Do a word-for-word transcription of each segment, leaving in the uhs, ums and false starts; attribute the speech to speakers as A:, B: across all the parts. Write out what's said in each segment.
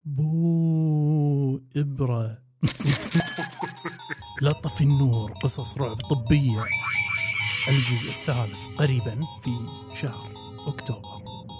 A: بو إبرة لا طفي النور، قصص رعب طبية، الجزء الثالث قريبا في شهر أكتوبر.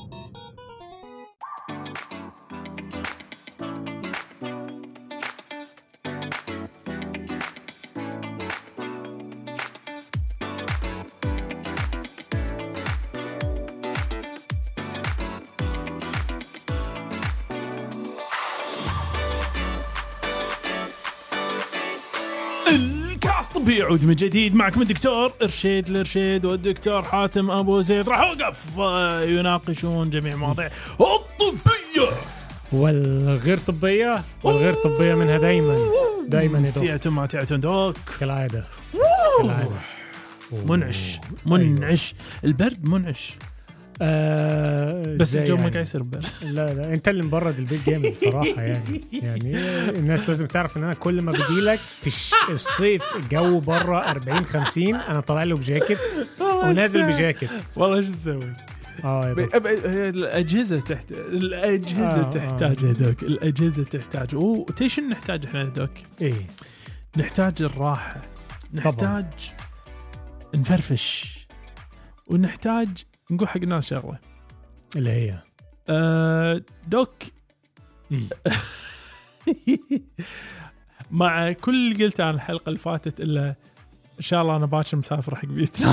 A: يعود من جديد معكم الدكتور إرشيد الإرشيد والدكتور حاتم أبو زيد، راح أوقف يناقشون جميع مواضيع الطبية
B: والغير طبية والغير طبية منها دايما دايما
A: سيئة ما تعتون دوك
B: كالعادة كالعادة.
A: منعش منعش البرد منعش
B: آه
A: بس الجو ما قاعد يصير برد.
B: لا لا انت اللي مبرد البيت جامد صراحة يعني يعني الناس لازم تعرف ان انا كل ما بديلك في الصيف الجو برا أربعين خمسين انا طالع له بجاكيت ونازل بجاكيت.
A: والله شو تسوي؟
B: اه
A: الأجهزة تحت الأجهزة آه تحتاج آه. دوك الأجهزة تحتاج وتيش نحتاج احنا دوك
B: ايه
A: نحتاج الراحة، نحتاج طبعا. نفرفش ونحتاج نقول حق الناس شغلة
B: اللي هي
A: أه دوك مع كل اللي قلت عن الحلقة اللي فاتت إلا إن شاء الله أنا باكر مسافر حق فيتنام.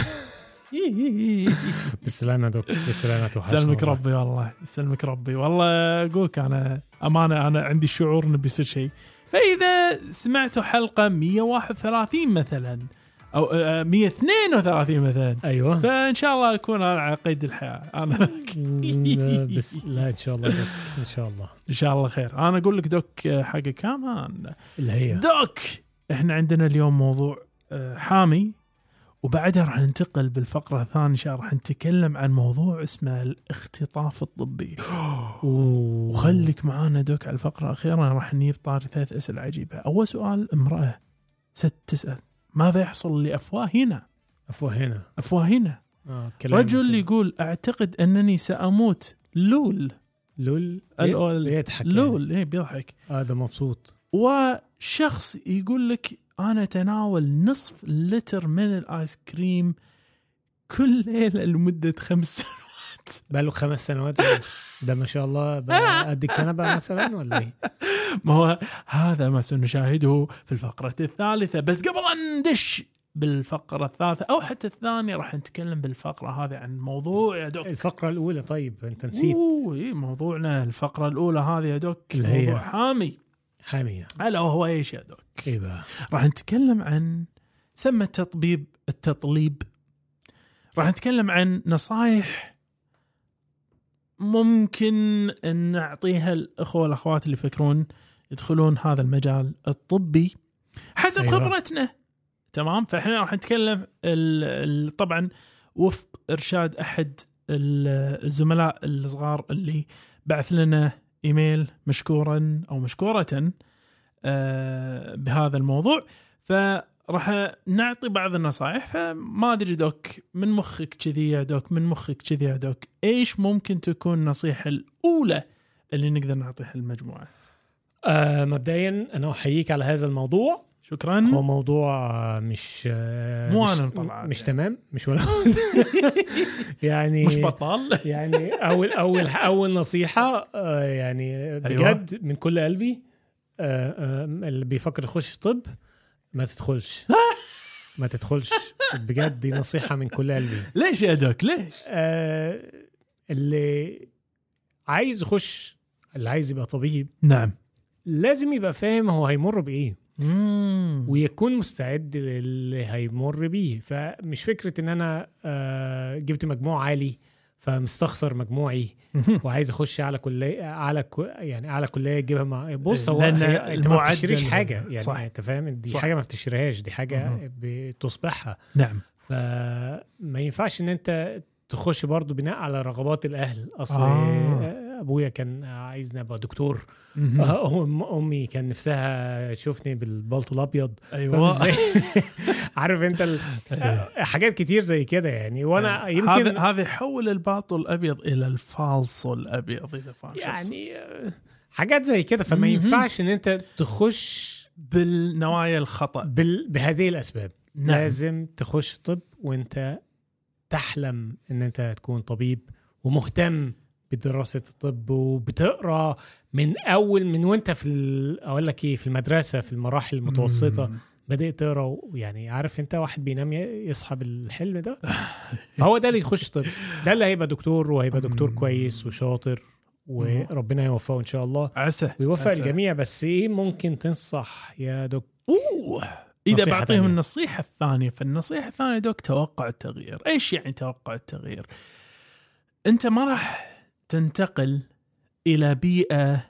B: بالسلامة دوك بالسلامة.
A: سلمك ربي والله سلمك ربي والله. أقولك أنا أمانة أنا عندي شعور إنه بيصير شيء. فإذا سمعتوا حلقة مية وواحد وثلاثين مثلاً أو مية واثنين وثلاثين مثلا
B: أيوة
A: فإن شاء الله أكون أنا على قيد الحياة أنا.
B: بس لا إن شاء الله دوك. إن شاء الله
A: إن شاء الله خير. أنا أقول لك دوك حاجة كمان
B: اللي هي
A: دوك إحنا عندنا اليوم موضوع حامي وبعدها راح ننتقل بالفقرة الثانية شاء راح نتكلم عن موضوع اسمه الاختطاف الطبي. وخليك معانا دوك على الفقرة الأخيرة راح نجيب طاري ثلاث أسئلة عجيبة. أول سؤال امرأة ست تسأل ماذا يحصل لأفواهنا
B: أفواهنا
A: أفواهنا
B: آه،
A: رجل يقول أعتقد أنني سأموت لول
B: لول
A: بيضحك لول إيه بيضحك
B: هذا آه مبسوط.
A: وشخص يقول لك أنا تناول نصف لتر من الآيس كريم كل ليلة لمدة خمس سنوات.
B: بقاله خمس سنوات ده ما شاء الله بقى قد الكنبة مثلا ولا إيه؟
A: ما هو هذا ما سنشاهده في الفقرة الثالثة. بس قبل أن ندش بالفقرة الثالثة أو حتى الثانية راح نتكلم بالفقرة هذه عن موضوع يا دوك.
B: الفقرة الأولى طيب أنت نسيت.
A: أوه إيه موضوعنا الفقرة الأولى هذه يا دوك موضوع حامي
B: حامية.
A: ألا وهو إيش يا دوك؟
B: إيه بقى؟ راح
A: نتكلم عن سمى التطبيب التطليب. راح نتكلم عن نصائح ممكن أن نعطيها الأخوة والأخوات اللي يفكرون يدخلون هذا المجال الطبي حسب أيوة. خبرتنا تمام. فإحنا راح نتكلم ال ال طبعا وفق إرشاد أحد الزملاء الصغار اللي بعث لنا إيميل مشكورا أو مشكورة آه بهذا الموضوع. فراح نعطي بعض النصائح. فما أدري دوك من مخك كذي يا دوك من مخك كذي يا دوك إيش ممكن تكون النصيحة الأولى اللي نقدر نعطيها المجموعة؟
B: آه مبدئيا أنا أحييك على هذا الموضوع.
A: شكرا.
B: هو موضوع مش
A: مو
B: مش,
A: أنا طلع
B: مش تمام مش ولا يعني
A: مش بطال
B: يعني أول أول أول نصيحة آه يعني بجد أيوة. من كل قلبي آه آه اللي بيفكر يخش طب ما تدخلش ما تدخلش بجد دي نصيحة من كل قلبي.
A: ليش يا دوك ليش؟
B: آه اللي عايز يخش اللي عايز يبقى طبيب
A: نعم
B: لازم يبقى فاهم هو هيمر بإيه
A: مم.
B: ويكون مستعد للي هيمر بيه. فمش فكرة ان انا آه جبت مجموع عالي فمستخسر مجموعي وعايز اخش على كلية على كو يعني على كلية اجيبها مع بص هو انت ما بتشتريش حاجة يعني صح. انت فاهم دي صح. حاجة ما بتشتريهاش دي حاجة مم. بتصبحها.
A: نعم.
B: فما ينفعش ان انت تخش برضو بناء على رغبات الاهل. اصل
A: آه.
B: ابويا كان عايزني ابقى دكتور أم امي كان نفسها تشوفني بالبلطو الابيض.
A: ايوه
B: عارف انت ال... حاجات كتير زي كده يعني. وانا
A: يمكن هذا هذا يحول البلطو الابيض الى الفالصو الابيض اذا فاهم
B: يعني حاجات زي كده. فما ينفعش ان انت تخش
A: بالنوايا الخطأ
B: بال... بهذه الاسباب.
A: نعم.
B: لازم تخش طب وانت تحلم ان انت تكون طبيب ومهتم بدراسة الطب وبتقرأ من اول من وانت في ال... اقول لك ايه في المدرسة في المراحل المتوسطة
A: مم.
B: بدأت تقرأ. يعني عارف انت واحد بينام يصحى بالحلم ده فهو ده اللي يخش طب. ده اللي هيبقى دكتور وهيبقى دكتور كويس وشاطر وربنا يوفقه ان شاء الله
A: عسى
B: ويوفق
A: عسى.
B: الجميع. بس ايه ممكن تنصح يا دكتور؟
A: أوه. إذا
B: نصيحة
A: بعطيهم
B: تانية.
A: النصيحة الثانية، فالنصيحة الثانية دوك توقع التغيير. إيش يعني توقع التغيير؟ أنت ما راح تنتقل إلى بيئة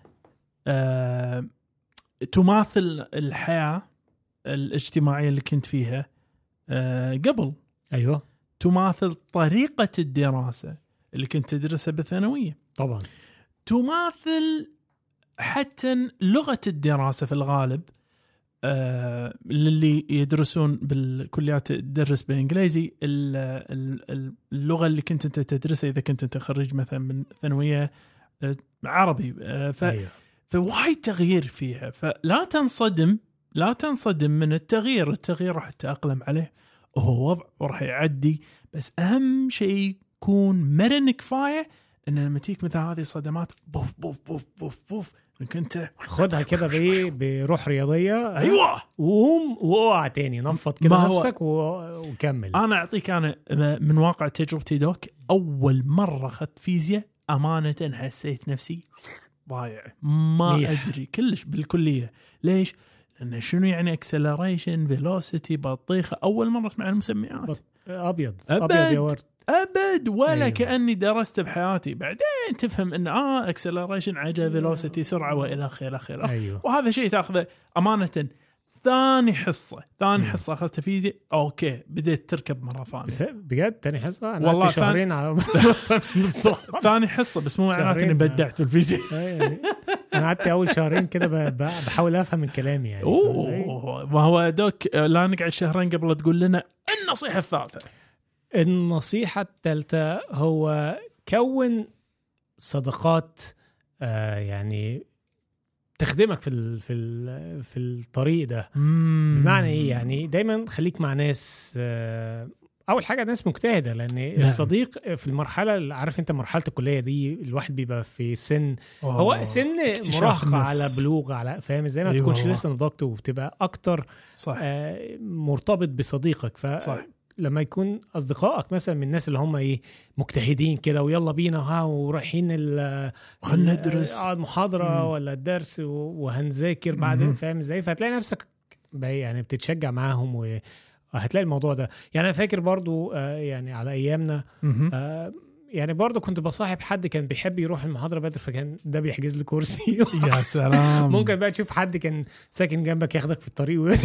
A: آه تماثل الحياة الاجتماعية اللي كنت فيها آه قبل.
B: ايوه
A: تماثل طريقة الدراسة اللي كنت تدرسها بالثانوية،
B: طبعا.
A: تماثل حتى لغة الدراسة في الغالب. آه للي يدرسون بالكليات تدرس بالإنجليزي، اللغة اللي كنت أنت تدرسها إذا كنت أنت خريج مثلا من ثانوية آه عربي. آه ف
B: أيوه.
A: فوايد تغيير فيها، فلا تنصدم لا تنصدم من التغيير. التغيير راح تتأقلم عليه وهو وضع وراح يعدي. بس أهم شيء يكون مرن كفاية إن لما تيك مثل هذه الصدمات بوف بوف بوف بوف بوف إنك أنت
B: خدها كده بإيه بروح رياضية.
A: أيوة.
B: وقوم وقع تاني نفض كده نفسك وكمل.
A: أنا أعطيك أنا من واقع تجربتي دوك. أول مرة أخذت فيزياء أمانة حسيت نفسي ضايع ما ميح. أدري كلش بالكلية. ليش؟ لأن شنو يعني acceleration velocity بطيخة. أول مرة أسمع المسميات.
B: أبيض
A: أبد
B: أبيض يا ورد.
A: أبد ولا أيوة. كأني درست بحياتي. بعدين تفهم إن آه acceleration عجلة velocity سرعة وإلى آخره آخره.
B: أيوة.
A: وهذا شيء تأخذه أمانة. ثاني حصة ثاني حصة أخذتها فيديو أوكي بديت تركب مرة ثانية.
B: بجد تاني حصة أنا
A: والله
B: شهرين
A: ثاني...
B: على
A: ثاني حصة بس مو معناته إني بدعت بالفيزياء.
B: أنا قعدت أول شهرين كده بحاول أفهم الكلام يعني.
A: أوه ما هو دوك لا نقعد شهرين قبل تقول لنا النصيحة الثالثة.
B: النصيحة الثالثة هو كون صداقات آه يعني تخدمك في ال في ال في الطريق ده. بمعنى ايه؟ يعني دايما خليك مع ناس آه اول حاجه ناس مجتهده. لان نعم. الصديق في المرحله اللي عارف انت مرحله الكليه دي الواحد بيبقى في سن هو سن مراهقه على بلوغ على فاهم ازاي ما أيوة تكونش لسه نضجت وبتبقى اكتر صح. آه مرتبط بصديقك. ف صح. لما يكون اصدقائك مثلا من الناس اللي هم ايه مجتهدين كده ويلا بينا ها ورايحين ال
A: خلينا ندرس
B: المحاضره ولا الدرس وهنذاكر بعدين فاهم ازاي. فهتلاقي نفسك يعني بتتشجع معاهم وهتلاقي الموضوع ده. يعني انا فاكر برضو آه يعني على ايامنا آه يعني برضو كنت بصاحب حد كان بيحب يروح المحاضرة بدري فكان ده بيحجز لي كرسي.
A: يا سلام.
B: ممكن بقى تشوف حد كان ساكن جنبك ياخدك في الطريق و...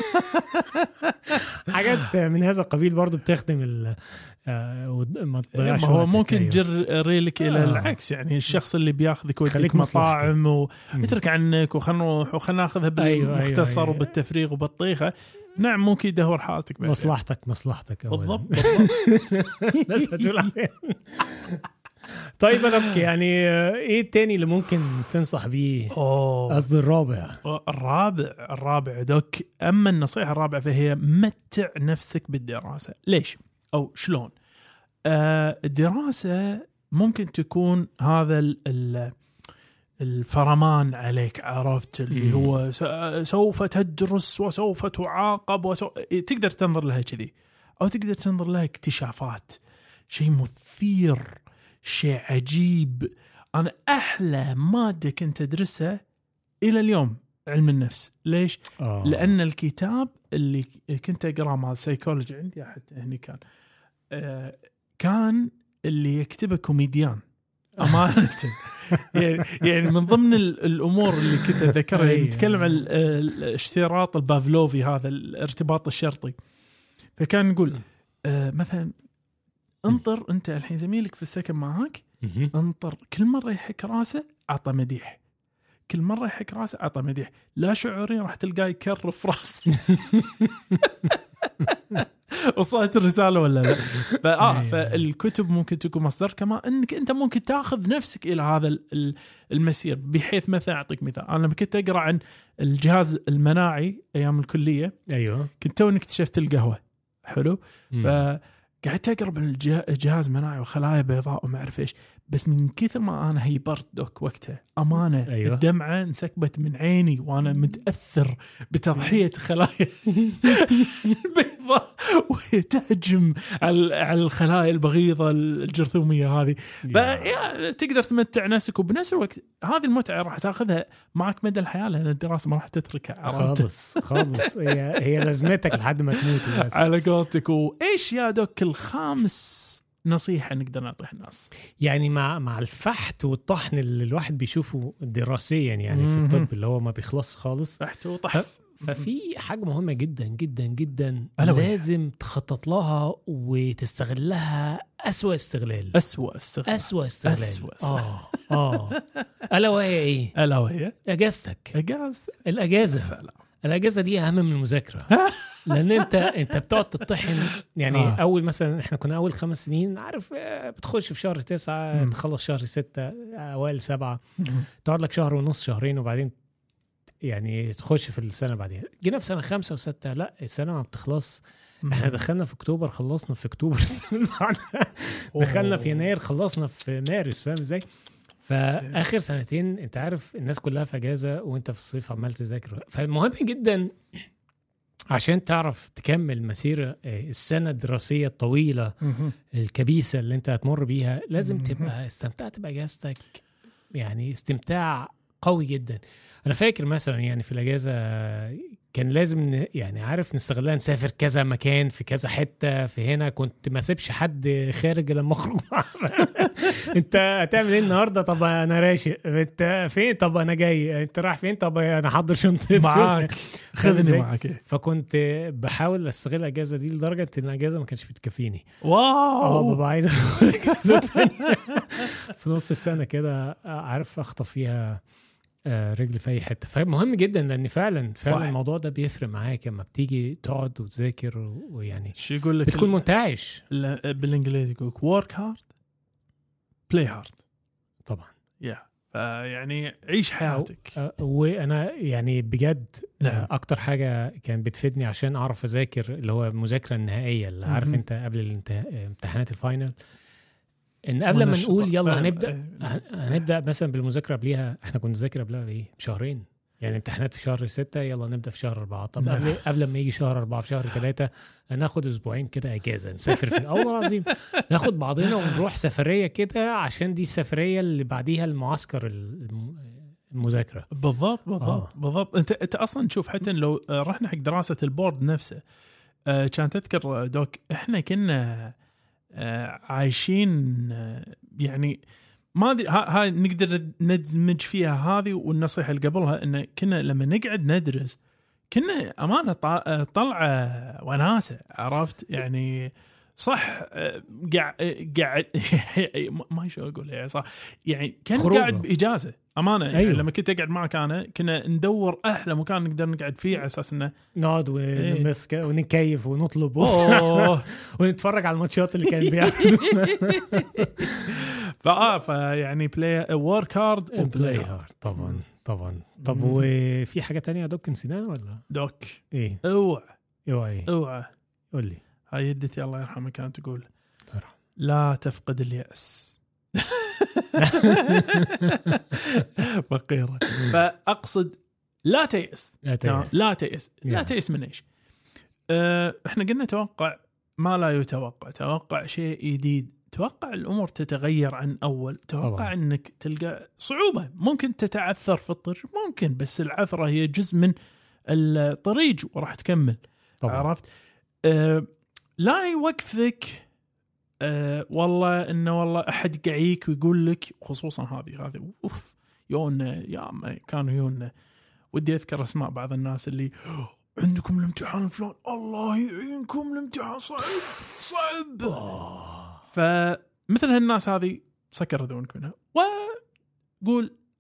B: حاجات من هذا القبيل برضو بتخدم ال ما تضيعش.
A: ما هو ممكن جر ريلك الى آه. العكس. يعني الشخص اللي بياخذك ويديك مطاعم ويترك عنك وخلنا نروح وخلنا ناخذها بالمختصر أيوة أيوة وبالتفريغ وبالطيخة. نعم ممكن يدهور حالتك بعدين.
B: مصلحتك مصلحتك
A: بالضبط.
B: بس هتقول عليه. طيب أنا يعني ايه التاني اللي ممكن تنصح بيه؟ قصدي الرابع.
A: الرابع الرابع دوك. اما النصيحة الرابعة فهي متع نفسك بالدراسة. ليش او شلون؟ آه الدراسة ممكن تكون هذا ال الفرمان عليك عرفت اللي هو سوف تدرس وسوف تعاقب وسوف... تقدر تنظر لها كذي أو تقدر تنظر لها اكتشافات. شيء مثير شيء عجيب. أنا أحلى مادة كنت أدرسها إلى اليوم علم النفس. ليش؟ آه. لأن الكتاب اللي كنت أقرأ مع السيكولوجي عندي حتى هني كان آه كان اللي يكتبه كوميديان أمانة. يعني يعني من ضمن الأمور اللي كنت أذكرها يعني نتكلم عن الاشتراط البافلوفي هذا الارتباط الشرطي. فكان نقول آه مثلا انطر أنت الحين زميلك في السكن معاك انطر كل مرة يحك راسه عطى مديح كل مرة يحك راسه عطى مديح لا شعوري راح تلقاه يكرر في راسه. وصلت الرسالة ولا لا. فآه فالكتب ممكن تكون مصدر، كما أنك أنت ممكن تأخذ نفسك إلى هذا المسير. بحيث مثلا أعطيك مثال، أنا لما كنت أقرأ عن الجهاز المناعي أيام الكلية،
B: أيوة
A: كنت توني اكتشفت القهوة حلو، فقعدت أقرأ بالجهاز مناعي وخلايا بيضاء وما أعرف إيش، بس من كثر ما أنا هيبرت دوك وقتها أمانة
B: أيوة.
A: الدمعة انسكبت من عيني وأنا متأثر بتضحية خلايا البيضاء وهي تهجم على الخلايا البغيضة الجرثومية هذه. فتقدر تمتع نفسك، وبنفس الوقت هذه المتعة راح تأخذها معك مدى الحياة، لأن الدراسة ما راح تتركها
B: خالص خالص. هي هي لازمتك لحد ما تموت
A: على قولتك. وإيش يا دوك الخامس نصيحة نقدر نعطيها الناس؟
B: يعني مع مع الفحت والطحن اللي الواحد بيشوفه دراسيا يعني في الطب اللي هو ما بيخلص خالص،
A: فحت وطحن،
B: ففي حاجة مهمة جدا جدا جدا لازم تخطط لها وتستغلها أسوأ استغلال.
A: أسوأ استغلال
B: أسوأ استغلال
A: أسوأ
B: آه آه ألا وهي إيه؟
A: ألا وهي
B: أجازتك.
A: أجازة
B: الأجازة سلام. الأجازة دي أهم من المذاكرة لأن أنت أنت بتقعد تطحن يعني آه. أول مثلا إحنا كنا أول خمس سنين عارف بتخش في شهر تسعة مم. تخلص شهر ستة أوائل سبعة مم. تقعد لك شهر ونص شهرين وبعدين يعني تخش في السنة بعدين. جينا في سنة خمسة وستة لا السنة ما بتخلص. احنا دخلنا في اكتوبر خلصنا في اكتوبر السنة بعدها دخلنا في يناير خلصنا في مارس. فاهم ازاي؟ فآخر سنتين انت عارف الناس كلها في اجازة وانت في الصيف عمال تذاكر. فمهم جدا عشان تعرف تكمل مسيرة السنة الدراسية الطويلة الكبيسة اللي انت هتمر بيها لازم تبقى استمتعت بأجازتك يعني استمتاع قوي جدا. انا فاكر مثلا يعني في الاجازه كان لازم يعني عارف نستغلها نسافر كذا مكان في كذا حته في هنا. كنت ما سيبش حد خارج لما اخرج انت هتعمل ايه النهارده؟ طب انا راشق. انت فين؟ طب انا جاي. انت رايح فين؟ طب انا حاضر شنطتي
A: معاك خذني معاك.
B: فكنت بحاول استغل الاجازه دي لدرجه ان الاجازه ما كانتش بتكفيني.
A: واو
B: اه بابا عايز اجازه في نص السنه كده عارف اخطف فيها رجل في اي حته. فمهم جدا لان فعلا فعلا صح. الموضوع ده بيفرق معاك لما بتيجي تقعد وتذاكر ويعني
A: شو يقول لك
B: بتكون منتعش.
A: بالانجليزي يقول work hard play hard
B: طبعا
A: يا yeah. يعني عيش حياتك.
B: وانا يعني بجد
A: نعم.
B: اكتر حاجه كان بتفيدني عشان اعرف اذاكر اللي هو المذاكره النهائيه اللي عارف انت قبل امتحانات الفاينل ان قبل ما نقول يلا هنبدا هنبدا مثلا بالمذاكره قبليها. احنا كنا نذاكر قبلها بايه بشهرين يعني امتحانات في شهر ستة يلا نبدا في شهر أربعة. طب قبل, قبل ما يجي شهر أربعة في شهر ثلاثة هناخد اسبوعين كده اجازه نسافر في اول عظيم ناخد بعضنا ونروح سفريه كده عشان دي السفريه اللي بعديها المعسكر المذاكره.
A: بالضبط بالضبط آه. بالضبط. انت انت اصلا تشوف حتى لو رحنا حق دراسه البورد نفسه آه كان تذكر دوك احنا كنا آه عايشين آه يعني ما ادري هاي نقدر ندمج فيها هذه والنصيحه اللي قبلها ان كنا لما نقعد ندرس كنا امانه طلعه وناسه عرفت يعني صح قاعد قاعد ما شو اقول يعني صح يعني كان خروبة. قاعد باجازه امانه أيوه. يعني لما كنت اقعد معك انا كنا ندور احلى مكان نقدر نقعد فيه على اساس انه
B: نقعد ونمسك إيه؟ ونكيف ونطلب ونتفرج على الماتشات اللي كان بيعمل
A: فاه فيعني بلاي ورك هارد
B: وبلاي هارد طبعا طبعا. طب وفي حاجه تانية يا دوك نسيناها ولا
A: دوك
B: ايه؟
A: اوعى
B: اوعى
A: اوعى
B: قول لي.
A: هاي يدتي الله يرحمها كانت تقول لا تفقد اليأس فقيرة. فأقصد لا تيأس
B: لا تيأس
A: لا تيأس لا تيأس من إيش؟ أه إحنا قلنا توقع ما لا يتوقع، توقع شيء جديد، توقع الأمور تتغير عن أول، توقع طبعا. أنك تلقى صعوبة ممكن تتعثر في الطريق ممكن، بس العثرة هي جزء من الطريق وراح تكمل طبعا. عرفت؟ أه لا يوقفك أه والله انه والله احد قاعيك ويقول لك خصوصا هذه هذه اوف يون يا ما كانوا يون ودي اذكر اسماء بعض الناس اللي عندكم الامتحان الفلان الله يعينكم الامتحان صعب صعب فمثل هالناس هذه سكر ذونك منها وقول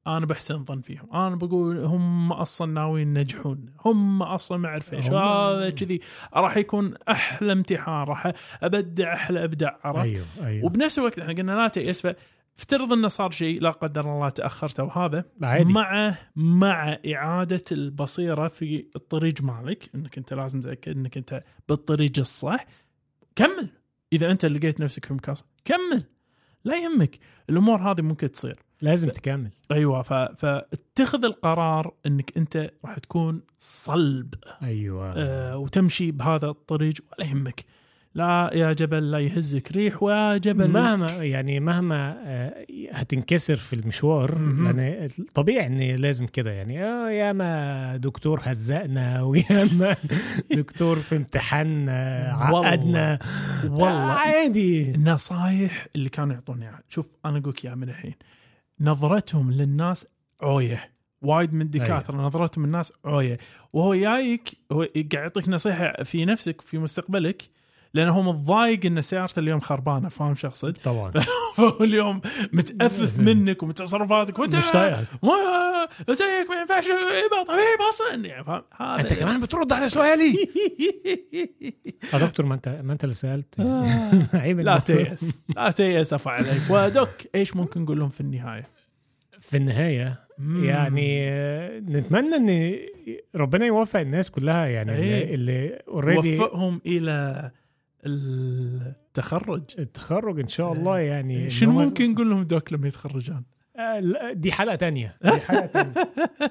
A: انا بحسن ظن فيهم، انا بقول هم اصلا ناويين ينجحون، هم اصلا ما اعرف ايش هذا كذي، راح يكون احلى امتحان، راح ابدع احلى ابداع، عرفت؟
B: أيوه أيوه.
A: وبنفس الوقت احنا قلنا لا تيأس، افترض انه صار شيء لا قدر الله تاخرت او هذا
B: عادي.
A: مع مع اعاده البصيره في الطريق مالك، انك انت لازم تتاكد انك انت بالطريق الصح، كمل. اذا انت لقيت نفسك في مكاسب كمل، لا يهمك، الامور هذه ممكن تصير،
B: لازم
A: ف...
B: تكمل.
A: ايوه، ف... فاتخذ القرار انك انت راح تكون صلب.
B: ايوه.
A: آه وتمشي بهذا الطريق ولا يهمك، لا يا جبل لا يهزك ريح، ويا جبل
B: مهما يعني مهما هتنكسر في المشوار، لان طبيعي ان لازم كده يعني. اه يا ما دكتور هزقنا، ويا ما دكتور في امتحان عقدنا،
A: والله
B: عادي.
A: النصايح اللي كانوا يعطوني، شوف انا اقولك يا من الحين، نظرتهم للناس عويه، وايد من الدكاتره أيوة. نظرتهم للناس عويه، وهو جايك هو قاعد يعطيك نصيحه في نفسك في مستقبلك، لأنه هو متضايق إن سيارته اليوم خربانة، فاهم شخص؟
B: طبعا.
A: فهو اليوم متأفف منك ومتصرفاتك، وأنت
B: مش طايقك،
A: ما زيك ما ينفعش يبقى طبيعي أصلا يعني، فاهم؟
B: أنت كمان بترد على سؤالي يا دكتور، ما أنت ما أنت اللي سألت. عيب.
A: لا تيأس، لا تيأس أفع عليك. ودوك إيش ممكن نقول لهم في النهاية؟
B: في النهاية يعني نتمنى ان ربنا يوفق الناس كلها يعني،
A: أيه.
B: اللي اوريدي
A: يوفقهم الى التخرج
B: التخرج ان شاء الله. يعني
A: شنو ممكن نقول لهم دوك لما يتخرجون؟
B: دي حلقة تانية، دي حلقة تانية.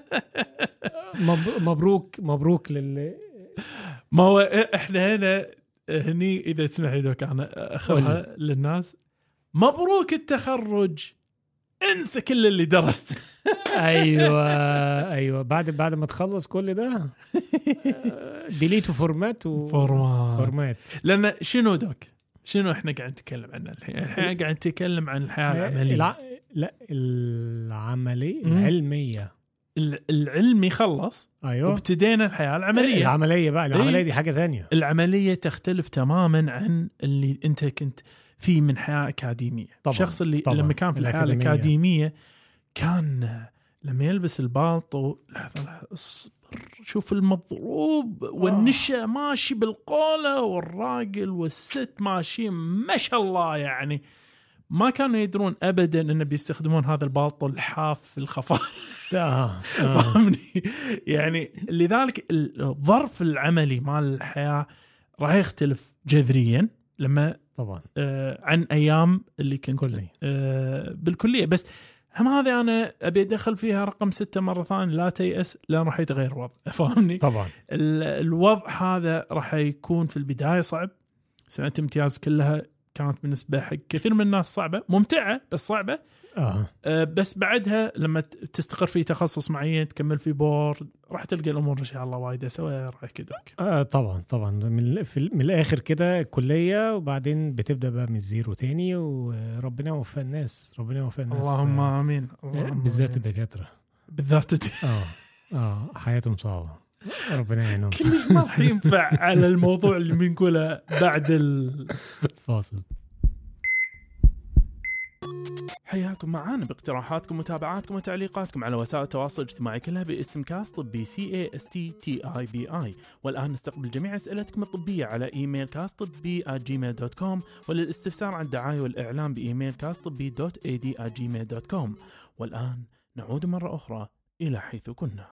B: مبروك مبروك لل
A: ما هو احنا هنا هني اذا تسمح لي دوك انا اخرها للناس، مبروك التخرج، انسى كل اللي درست.
B: ايوه ايوه، بعد بعد ما تخلص كل ده ديليت وفورمات
A: وفورمات
B: فورمات.
A: لان شنو دوك، شنو احنا قاعد نتكلم عنه الحين؟ الحين قاعد نتكلم عن الحياه العمليه.
B: الع... لا العمليه العلميه.
A: العلمي خلص،
B: ايوه،
A: وابتدينا الحياه العمليه.
B: العمليه بقى العمليه دي حاجه ثانيه.
A: العمليه تختلف تماما عن اللي انت كنت فيه من حياه اكاديميه. الشخص اللي طبعًا. لما كان في الحياه الاكاديميه كان لما يلبس البالطو، شوف المضروب والنشا ماشي بالقولة، والراجل والست ماشي ما شاء الله، يعني ما كانوا يدرون أبدا أنه بيستخدمون هذا البالطو الحاف في الخفار. فهمني؟ يعني لذلك الظرف العملي مال الحياة راح يختلف جذريا لما
B: طبعا
A: آه عن أيام اللي كنت آه بالكلية. بس هم هذه أنا أبي أدخل فيها رقم ستة مرة ثانية، لا تيأس، لأن راح يتغير الوضع. فاهمني؟
B: طبعا
A: الوضع هذا راح يكون في البداية صعب. سنة امتياز كلها كانت بالنسبة حق كثير من الناس صعبة، ممتعة بس صعبة.
B: آه.
A: آه بس بعدها لما تستقر في تخصص معين، تكمل في بورد، راح تلقى الأمور إن شاء الله وايدة سوا. رأيك كده؟
B: آه طبعا طبعا. من, من الآخر كده الكلية، وبعدين بتبدأ بقى من الزيرو تاني، وربنا يوفق الناس، ربنا يوفق الناس.
A: اللهم
B: آه.
A: آمين.
B: بالذات الدكاترة،
A: بالذات
B: اه اه حياتهم صعبة، ربنا يعينهم.
A: كلش ما راح ينفع على الموضوع اللي بنقوله بعد
B: الفاصل.
A: حياكم معانا باقتراحاتكم ومتابعاتكم وتعليقاتكم على وسائل التواصل الاجتماعي كلها باسم كاست طبي سي اي اس تي تي اي بي اي. والآن نستقبل جميع أسئلتكم الطبية على إيميل كاست طبي آت جيميل دوت كوم، وللاستفسار عن الدعاية والإعلان بإيميل كاست طبي دوت إي دي آت جيميل دوت كوم. والآن نعود مرة أخرى إلى حيث كنا.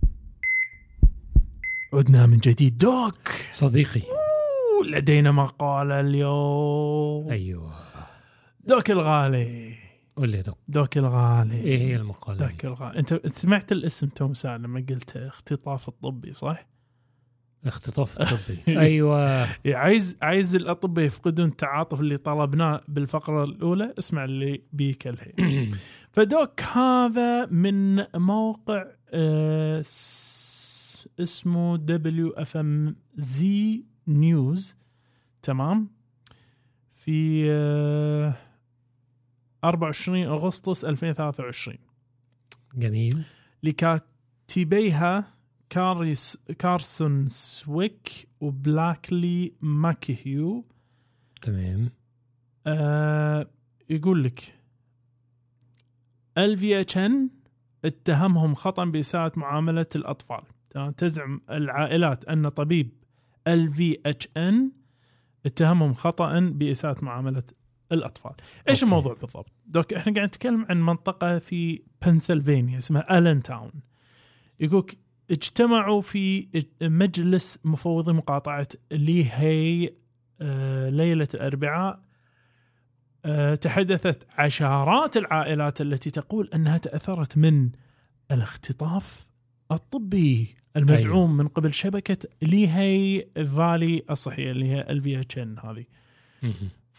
A: عدنا من جديد دوك
B: صديقي،
A: لدينا مقالة اليوم.
B: أيوه
A: دوك الغالي،
B: قول لي دوك.
A: دوك الغالي،
B: ايه هي المقالة؟
A: دوك الغالي، انت سمعت الاسم توم ساعة لما قلت اختطاف الطبي، صح؟
B: اختطاف الطبي. ايوه،
A: عايز عايز الاطباء يفقدون التعاطف اللي طلبناه بالفقرة الاولى. اسمع اللي بيك الحين. فدوك هذا من موقع آه اسمه دبليو اف ام زي نيوز، تمام؟ في آه أربعة وعشرين أغسطس ألفين وثلاثة وعشرين.
B: جميل.
A: لكاتبيها كاريس كارسون سويك وبلاكلي ماكيهيو.
B: تمام.
A: آه يقول لك ال في اتش ان اتهمهم خطأ بإساءة معاملة الأطفال. تزعم العائلات أن طبيب ال في اتش ان اتهمهم خطأ بإساءة معاملة الأطفال. إيش
B: أوكي.
A: الموضوع بالضبط؟ دوك إحنا قاعد نتكلم عن منطقة في بنسلفانيا اسمها ألين تاون. يقولك اجتمعوا في مجلس مفوضي مقاطعة ليهي آه ليلة الأربعاء. آه تحدثت عشرات العائلات التي تقول أنها تأثرت من الاختطاف الطبي المزعوم أيوه. من قبل شبكة ليهي فالي الصحية اللي هي ال في اتش ان هذه. ف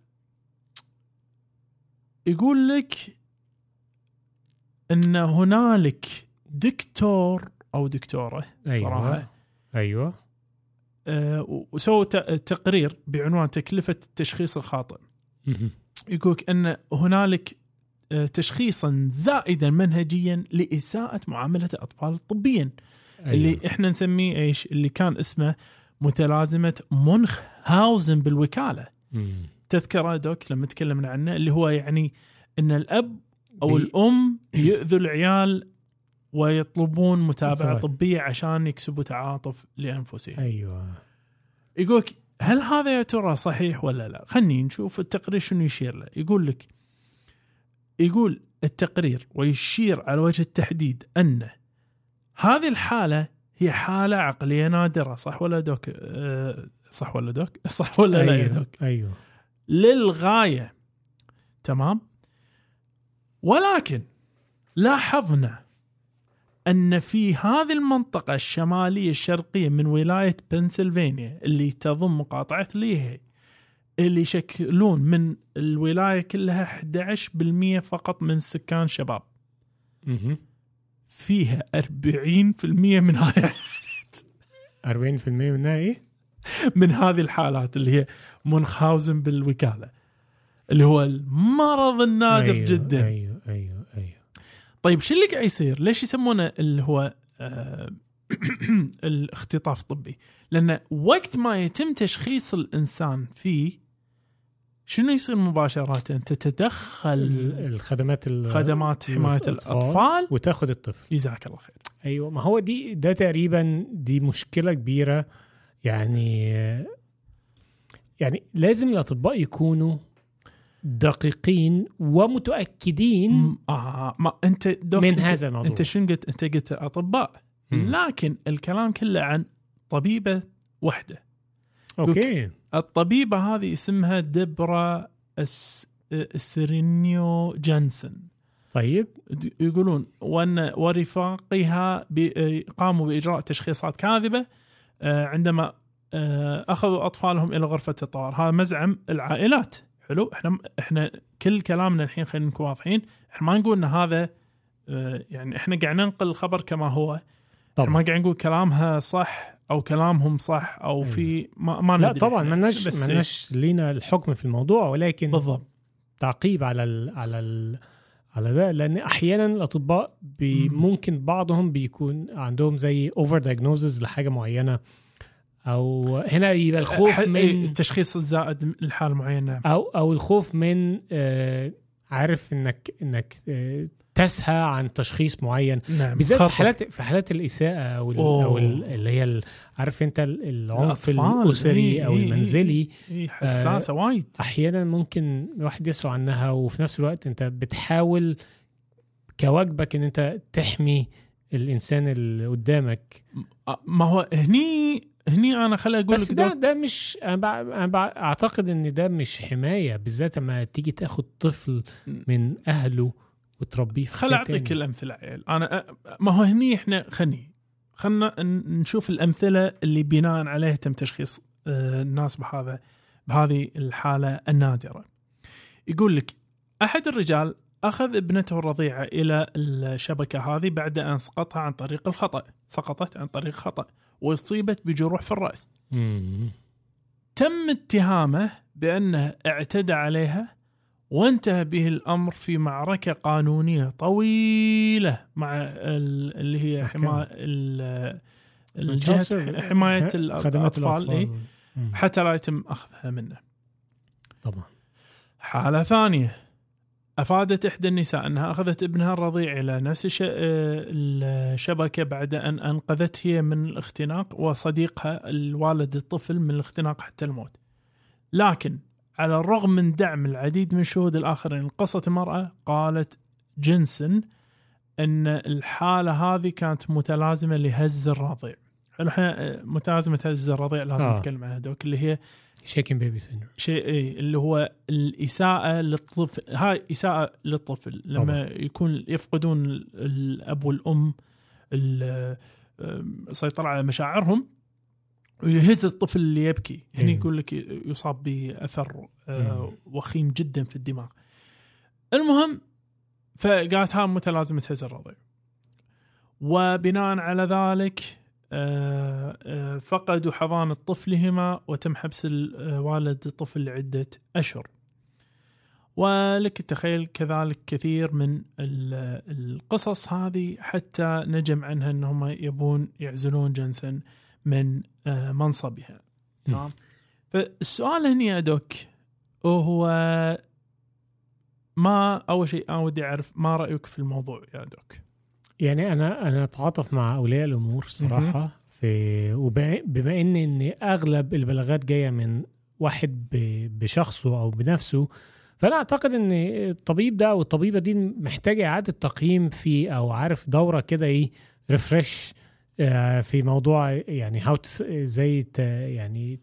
A: يقول لك أن هنالك دكتور أو دكتورة
B: أيوة.
A: صراحة
B: أيوة
A: أه وسووا تقرير بعنوان تكلفة التشخيص الخاطئ. يقولك أن هنالك تشخيصا زائدا منهجيا لإساءة معاملة الأطفال طبيا. أيوة. اللي إحنا نسميه إيش؟ اللي كان اسمه متلازمة مونخهاوزن بالوكالة.
B: مم.
A: تذكره دوك لما تكلمنا عنه، اللي هو يعني أن الأب أو بي... الأم يؤذوا العيال ويطلبون متابعة طبية عشان يكسبوا تعاطف لأنفسهم.
B: أيوة.
A: يقولك هل هذا يا ترى صحيح ولا لا؟ خلني نشوف التقرير شنو يشير له. يقول لك يقول التقرير ويشير على وجه التحديد أن هذه الحالة هي حالة عقلية نادرة. صح ولا دوك؟ أه صح ولا دوك؟ صح ولا
B: أيوة.
A: لا يا دوك؟
B: أيوة.
A: للغاية. تمام. ولكن لاحظنا أن في هذه المنطقة الشمالية الشرقية من ولاية بنسلفانيا اللي تضم مقاطعة ليهي، اللي يشكلون من الولاية كلها أحد عشر بالمئة فقط من سكان شباب، فيها أربعين بالمئة من هذه الحالات.
B: أربعين بالمئة منها إيه؟
A: من هذه الحالات اللي هي منخاوزن بالوكالة، اللي هو المرض النادر.
B: أيوة.
A: جدا.
B: أيوة. أيوة. أيوة.
A: طيب شو اللي قاعد يصير؟ ليش يسمونه اللي هو آه الاختطاف الطبي؟ لأن وقت ما يتم تشخيص الإنسان فيه شنو يصير مباشرة؟ تتدخل
B: الخدمات
A: خدمات حماية الأطفال
B: وتأخذ الطفل.
A: جزاك الله خير.
B: أيوة. ما هو دي ده تقريبا دي مشكلة كبيرة. يعني يعني لازم الأطباء يكونوا دقيقين ومتأكدين
A: آه ما أنت
B: من انت هذا الموضوع.
A: أنت شنو قلت؟ أنت قلت أطباء، م. لكن الكلام كله عن طبيبة واحدة.
B: أوكي.
A: الطبيبة هذه اسمها ديبرا السيرينيو جانسن.
B: طيب.
A: يقولون وأن ورفاقها قاموا بإجراء تشخيصات كاذبة عندما أخذوا أطفالهم إلى غرفة الطوارئ. هذا مزعم العائلات. حلو. احنا احنا كل كلامنا الحين خلينا نكون واضحين. احنا ما نقول ان هذا يعني احنا قاعد ننقل الخبر كما هو. طبعا. ما قاعد نقول كلامها صح او كلامهم صح او أيوه. في ما, ما
B: لا طبعا ما لناش ما لناش لينا الحكم في الموضوع، ولكن
A: بالضبط
B: تعقيب على ال على ال على ده، لان احيانا الاطباء ممكن بعضهم بيكون عندهم زي اوفر دايجنوزز لحاجه معينه، او هنا يبقى الخوف من
A: التشخيص الزائد لحال معينه،
B: او او الخوف من آه عارف انك انك آه تسهى عن تشخيص معين.
A: نعم.
B: بالذات في حالات في حالات الاساءه او او اللي هي عارف انت العنف الاسري
A: إيه
B: او المنزلي.
A: إيه حساسه آه وايد.
B: احيانا ممكن الواحد يسوى عنها، وفي نفس الوقت انت بتحاول كواجبك ان انت تحمي الانسان اللي قدامك.
A: ما هو هني هني انا خلي اقول
B: لك ده ده مش انا اعتقد ان ده مش حمايه، بالذات لما تيجي تاخد طفل من اهله وتربيه.
A: خلي اعطيك الامثله عيال. انا ما هو هني احنا خلني خلنا نشوف الامثله اللي بناء عليها تم تشخيص الناس بهذا بهذه الحاله النادره. يقول لك احد الرجال أخذ ابنته الرضيعة إلى الشبكة هذه بعد أن سقطها عن طريق الخطأ سقطت عن طريق خطأ وأصيبت بجروح في الرأس.
B: مم.
A: تم اتهامه بأنه اعتدى عليها، وانتهى به الأمر في معركة قانونية طويلة مع اللي هي حماية الجهة حماية الأطفال إيه؟ حتى لا يتم أخذها منه.
B: طبعا.
A: حالة ثانية، أفادت إحدى النساء أنها أخذت ابنها الرضيع إلى نفس الش... الشبكة بعد أن أنقذته هي من الاختناق وصديقها الوالد الطفل من الاختناق حتى الموت. لكن على الرغم من دعم العديد من الشهود الآخرين قصة المرأة، قالت جنسن أن الحالة هذه كانت متلازمة لهز الرضيع. متلازمة هز الرضيع لازم آه. نتكلم عنها دوك، اللي هي
B: shaken baby syndrome،
A: شيء إيه اللي هو الإساءة للطفل. هاي إساءة للطفل لما طبعا. يكون يفقدون الأب والأم السيطرة على مشاعرهم ويهز الطفل اللي يبكي، هنا يعني يقول لك يصاب بأثر آه وخيم جدا في الدماغ. المهم فقالت ها متلازمة هز الرضيع، وبناء على ذلك فقدوا حضانة طفلهما وتم حبس والد الطفل لعدة أشهر. ولك التخيل كذلك كثير من القصص هذه حتى نجم عنها أنهم يبون يعزلون جنسن من منصبها. تمام. فالسؤال هنا يا دوك هو ما أول شيء أنا ودي أعرف ما رأيك في الموضوع يا دوك؟
B: يعني أنا أنا أتعاطف مع أولياء الأمور صراحة في، وبما إن إن أغلب البلاغات جاية من واحد بشخصه أو بنفسه، فأنا أعتقد إن الطبيب ده أو الطبيبة دي محتاجة إعادة تقييم فيه، أو عارف دورة كده إيه ريفرش في موضوع يعني هاو زي يعني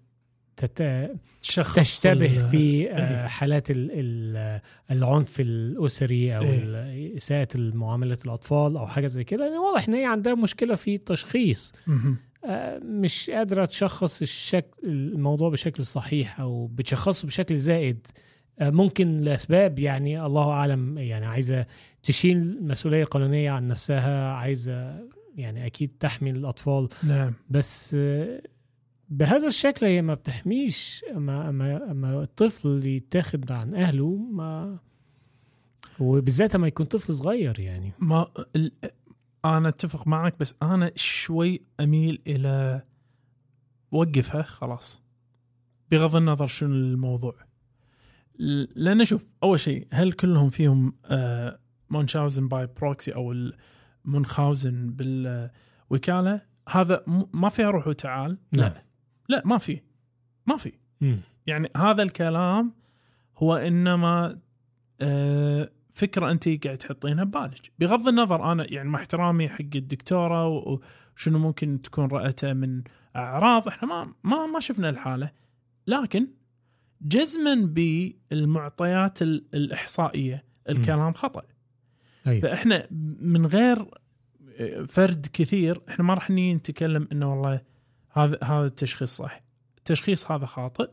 B: تشتبه في حالات العنف الأسري أو إساءة المعاملة الأطفال أو حاجة زي كده. يعني واضح إن هي عندها مشكلة في التشخيص، مش قادرة تشخص الشكل الموضوع بشكل صحيح أو بتشخصه بشكل زائد، ممكن لأسباب يعني الله أعلم. يعني عايزة تشيل مسؤولية قانونية عن نفسها، عايزة يعني أكيد تحمي الأطفال.
A: نعم.
B: بس بهذا الشكل هي ما بتحميش. أما, أما, أما الطفل يتاخد عن أهله، ما وبالذات ما يكون طفل صغير يعني
A: ما ال... أنا أتفق معك، بس أنا شوي أميل إلى وقفها خلاص بغض النظر شنو الموضوع. لأن شوف أول شيء هل كلهم فيهم آه مونشاوزن باي بروكسي أو المنخاوزن بالوكالة؟ هذا ما فيها روح وتعال. لا لا ما في ما في م. يعني هذا الكلام هو إنما آه فكرة أنت قاعد تحطينها ببالك، بغض النظر أنا يعني مع احترامي حق الدكتورة وشنو ممكن تكون رأته من أعراض، إحنا ما ما ما شفنا الحالة، لكن جزما بالمعطيات الإحصائية الكلام خطأ.
B: أي.
A: فإحنا من غير فرد كثير إحنا ما راح نتكلم إنه والله هذا هذا التشخيص صح، التشخيص هذا خاطئ،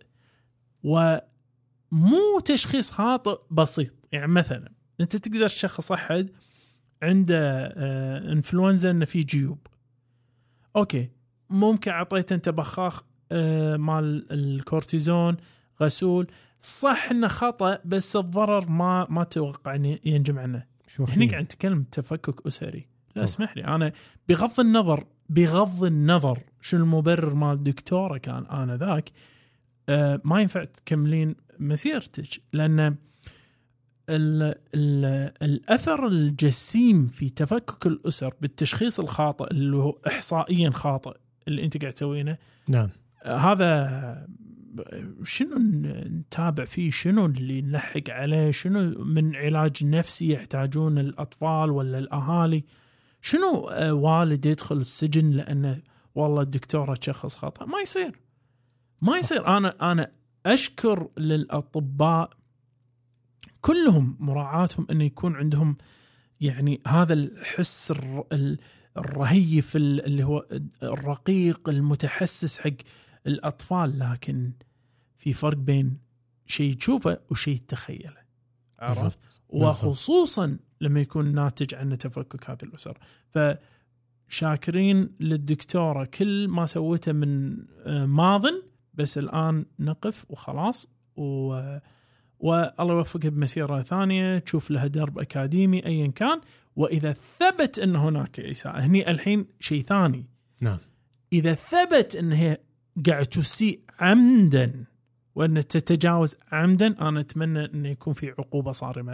A: ومو تشخيص خاطئ بسيط. يعني مثلا أنت تقدر تشخص أحد عنده آه إنفلونزا إنه فيه جيوب، أوكي ممكن عطيته أنت بخاخ آه مال الكورتيزون غسول، صح إنه خطأ بس الضرر ما ما توقع إن ينجم عنه. هنا قاعد نتكلم تفكك أسري. لا اسمح لي أنا بغض النظر بغض النظر شو المبرر مال دكتورة كان أنا ذاك آه ما ينفع تكملين مسيرتك، لأن ال ال الأثر الجسيم في تفكك الأسر بالتشخيص الخاطئ اللي هو إحصائيا خاطئ اللي أنت قاعد تسوينه.
B: نعم.
A: آه هذا شنو نتابع فيه، شنو اللي نلحق عليه، شنو من علاج نفسي يحتاجون الأطفال ولا الأهالي، شنو والد يدخل السجن لأنه والله الدكتورة تشخص خطأ. ما يصير ما يصير. أنا أنا أشكر للأطباء كلهم مراعاتهم أن يكون عندهم يعني هذا الحس الرهيف اللي هو الرقيق المتحسس حق الأطفال، لكن في فرق بين شيء تشوفه وشيء تخيله، عرفت؟ وخصوصا لما يكون ناتج عن تفكك هذه الأسر. فشاكرين للدكتورة كل ما سوته من ماضٍ، بس الآن نقف وخلاص، و... والله يوفقها بمسيرة ثانية تشوف لها درب أكاديمي أيا كان. وإذا ثبت أن هناك إساءة، هني الحين شيء ثاني.
B: نعم.
A: إذا ثبت أن هي قاعد تسيء عمدا وأن تتجاوز عمدا، أنا أتمنى أن يكون في عقوبة صارمة لها.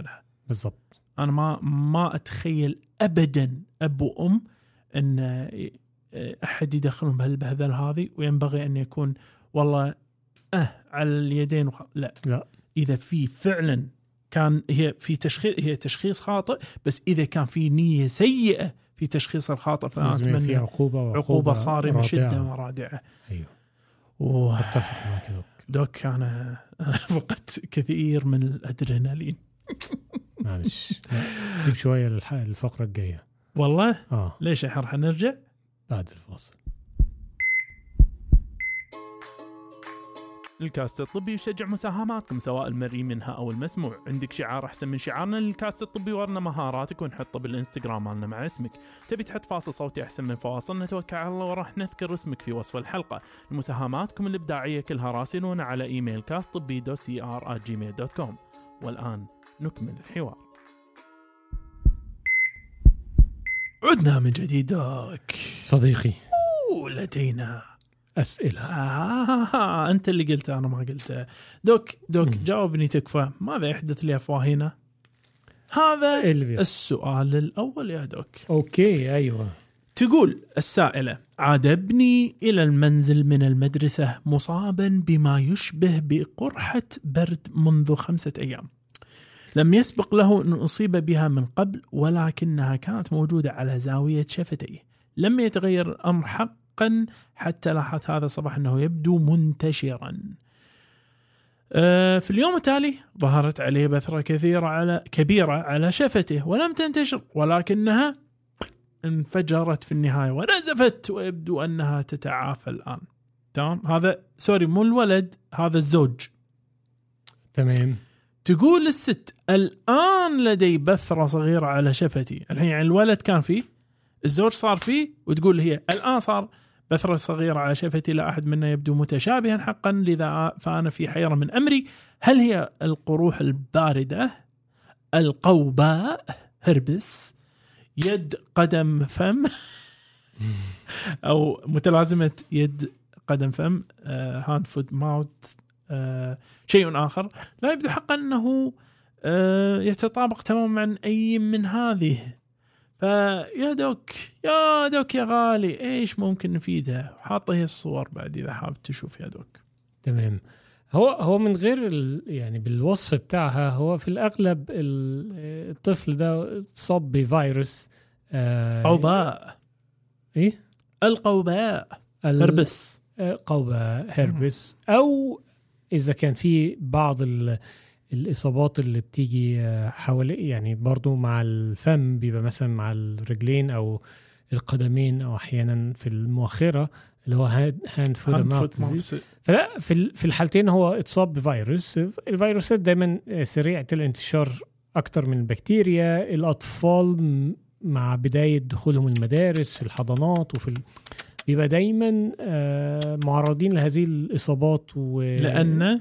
B: بالضبط.
A: انا ما ما اتخيل ابدا اب وام ان احد يدخلهم بهالبهذل هذه، وينبغي ان يكون والله اه على اليدين وخ... لا
B: لا
A: اذا في فعلا كان هي في تشخيص هي تشخيص خاطئ، بس اذا كان في نية سيئة في تشخيص الخاطئ فانا اتمنى
B: عقوبة وعقوبة
A: عقوبة صارمة شدة ورادعة.
B: ايوه
A: و...
B: اتفق معك دوك.
A: دوك انا فقدت كثير من الادرينالين.
B: معلش سيب شوية الفقرة الجاية
A: والله
B: اه
A: ليش احنا راح نرجع
B: بعد الفاصل.
A: الكاست الطبي يشجع مساهماتكم سواء المرئي منها أو المسموع. عندك شعار أحسن من شعارنا للكاست الطبي؟ ورنا مهاراتك ونحطه بالإنستغرام مالنا مع اسمك. تبي تحط فاصل صوتي أحسن من فواصل؟ نتوكل على الله وراح نذكر اسمك في وصف الحلقة. مساهماتكم الإبداعية كلها راسلونا على إيميل كاست طبي دو سي آر آت جيميل دوت كوم. والآن نكمل الحوار. عدنا من جديدك
B: صديقي.
A: ولدينا
B: أسئلة.
A: آه أنت اللي قلته أنا ما قلته. دوك دوك م. جاوبني تكفى. ماذا يحدث لأفواهنا؟ هذا السؤال الأول يا دوك.
B: أوكي أيوة.
A: تقول السائلة: عاد ابني إلى المنزل من المدرسة مصابا بما يشبه بقرحة برد منذ خمسة أيام، لم يسبق له أن أصيب بها من قبل، ولكنها كانت موجودة على زاوية شفتيه. لم يتغير الأمر حقا حتى لاحظت هذا الصباح أنه يبدو منتشرا. أه في اليوم التالي ظهرت عليه بثرة كثيرة على كبيرة على شفته، ولم تنتشر، ولكنها انفجرت في النهاية ونزفت، ويبدو أنها تتعافى الآن. تمام. هذا سوري مو الولد، هذا الزوج.
B: تمام.
A: تقول الست: الآن لدي بثرة صغيرة على شفتي. الحين يعني الولد كان فيه، الزوج صار فيه، وتقول هي الآن صار بثرة صغيرة على شفتي، لا أحد منا يبدو متشابها حقا، لذا فأنا في حيرة من أمري. هل هي القروح الباردة، القوباء، هربس، يد قدم فم، أو متلازمة يد قدم فم، هاند فود ماوت، آه، شيء آخر؟ لا يبدو حقا أنه آه، يتطابق تماما مع أي من هذه. فيا دوك يا دوك يا غالي، إيش ممكن نفيدها؟ حاطه هي الصور بعد إذا حاب تشوف يا دوك.
B: تمام. هو هو من غير يعني بالوصف بتاعها، هو في الأغلب الطفل ده اتصاب بفيروس آه
A: قوباء.
B: إيه؟
A: القوباء هربس.
B: قوباء هربس، أو إذا كان في بعض الإصابات اللي بتيجي حوالي يعني برضو مع الفم، بيبقى مثلا مع الرجلين أو القدمين، أو أحيانا في المؤخرة اللي هو هاند فود ماوث. فلا في في الحالتين هو اتصاب بفيروس. الفيروسات دايما سريعة الانتشار أكتر من البكتيريا. الأطفال مع بداية دخولهم المدارس في الحضانات وفي ال... بيبقى دايما معرضين لهذه الإصابات و...
A: لأن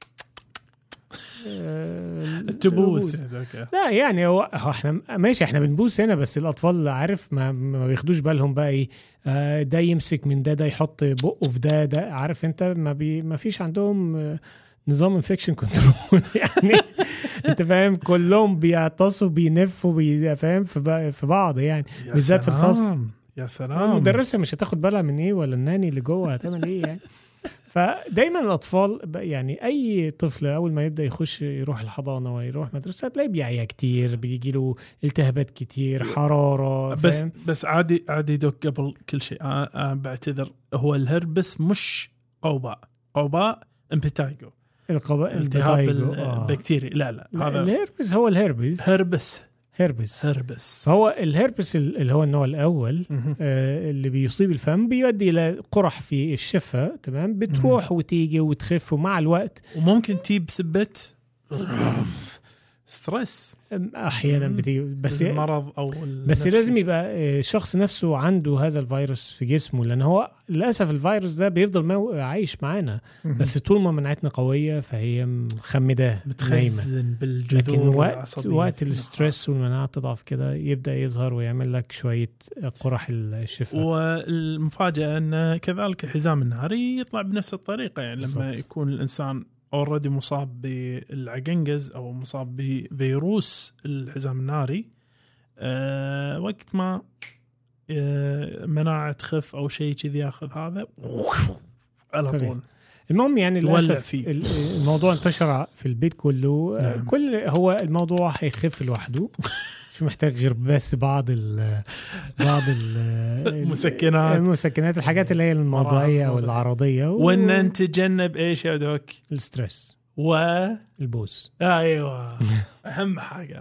A: التبوس.
B: لا يعني هو احنا ماشي، احنا بنبوس هنا، بس الأطفال عارف ما, ما بياخدوش بالهم بقى ايه، ده يمسك من ده، ده يحط بقه في ده ده عارف انت، ما, بي ما فيش عندهم نظام انفكشن كنترول يعني انت فاهم، كلهم بيعتصوا بينفوا بيفهم في بعض يعني، بالذات في الفصل.
A: يا سلام.
B: المدرسة مش هتاخد بالها من ايه، ولا الناني اللي جوه هتعمل ايه يعني. فدايما الأطفال يعني أي طفل أول ما يبدأ يخش يروح الحضانة ويروح مدرسة تلاقي بيعيا كتير، بيجي له التهابات كتير، حرارة.
A: بس فهم؟ بس عادي عادي دوك قبل كل شيء أنا بعتذر، هو الهربس مش قوباء. قوباء امبيتايجو،
B: القوباء
A: التهاب البكتيري. لا لا,
B: لا هذا الهربس هو الهربس
A: هربس
B: هربس
A: هربس
B: هو الهربس اللي هو النوع الأول آه اللي بيصيب الفم، بيؤدي إلى قرح في الشفة. تمام. بتروح وتيجي وتخف ومع الوقت،
A: وممكن تجيب سبة ستريس
B: أحيانا بتيجي، بس
A: المرض أو
B: بس
A: النفسي.
B: لازم يبقى شخص نفسه عنده هذا الفيروس في جسمه، لأن هو للأسف الفيروس ده بيفضل عايش معانا، بس طول ما مناعتنا قوية فهي مخمدة
A: بتخزن بالجذور.
B: لكن وقت وقت الستريس والمناعة تضعف كده يبدأ يظهر ويعمل لك شوية قرح الشفاء.
A: والمفاجأة أن كذلك الحزام النهاري يطلع بنفس الطريقة، يعني لما بالضبط. يكون الإنسان اوريدي مصاب بالعجنجز او مصاب بفيروس الحزام الناري، أه وقت ما أه مناعة تخف او شيء كذي ياخذ هذا على طول.
B: المهم يعني للأسف الموضوع انتشر في البيت كله. نعم. كل هو الموضوع هيخف لوحده، شو محتاج غير بس بعض ال بعض
A: المسكنات
B: المسكنات الحاجات اللي هي الموضوعية أو العرضية،
A: وإن نتجنب إيش يا دوك؟
B: الستريس
A: والبوس. أيوة أهم حاجة.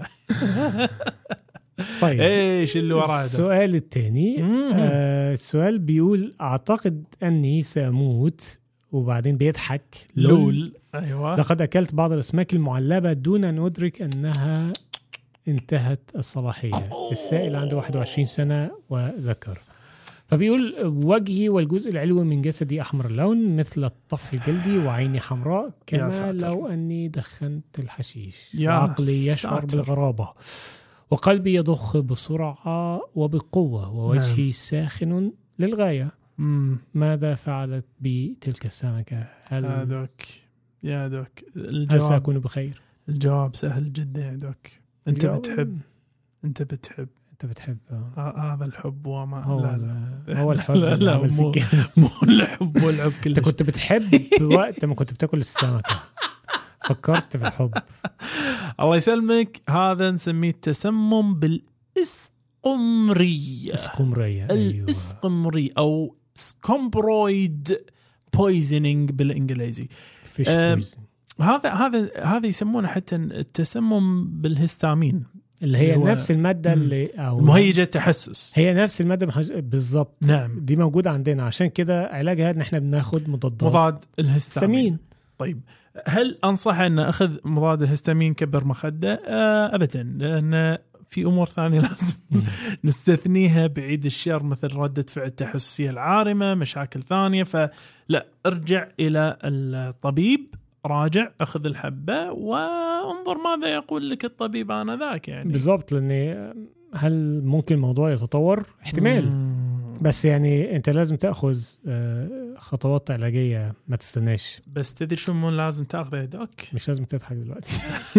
B: طيب
A: إيش اللي وراه؟
B: السؤال الثاني، آه السؤال بيقول أعتقد أني سأموت، وبعدين بيضحك
A: لول. أيوة.
B: لقد أكلت بعض الأسماك المعلبة دون أن أدرك أنها انتهت الصلاحية. السائل عنده واحد وعشرين سنة وذكر. فبيقول وجهي والجزء العلوي من جسدي أحمر اللون مثل الطفح الجلدي، وعيني حمراء كما لو أني دخنت الحشيش. عقلي يشعر بالغرابة، وقلبي يضخ بسرعة وبقوة، ووجهي ساخن للغاية.
A: مم.
B: ماذا فعلت بي تلك السمكة؟ هل
A: يا دوك يا دوك
B: الجواب هل سأكون بخير؟
A: الجواب سهل جدا يا دوك. انت بتحب انت بتحب
B: انت بتحب
A: آه هذا الحب وما
B: هو
A: لا
B: لا. هو الحب
A: لا, لا مو, مو الحب والعب كله.
B: انت كنت بتحب بوقت ما كنت بتاكل السمكة فكرت في الحب.
A: الله يسلمك. هذا نسميه التسمم بالإسقمرية.
B: إسقمرية
A: الإسقمرية أو سكومبرويد بويزنينج بالإنجليزي. آه هذا هذا هذا يسمونه حتى التسمم بالهستامين،
B: اللي هي نفس المادة اللي أو
A: مهيجة تحسس.
B: هي نفس المادة بالضبط.
A: نعم.
B: دي موجودة عندنا، عشان كده علاجها إن إحنا بناخد مضادات
A: مضاد الهستامين.
B: طيب
A: هل أنصح أن أخذ مضاد الهستامين كبر مخدة؟ آه أبدا، لأن في أمور ثانية لازم نستثنيها بعيد الشر، مثل ردة فعل التحسسية العارمة، مشاكل ثانية. فلا، ارجع إلى الطبيب، راجع، أخذ الحبة وانظر ماذا يقول لك الطبيب آنذاك. يعني
B: بالضبط، لأن هل ممكن الموضوع يتطور؟ احتمال. مم. بس يعني أنت لازم تأخذ خطوات علاجية، ما تستناش.
A: بس تدري شو مو لازم تأخذ يا دوك؟
B: مش لازم تضحك دلوقتي.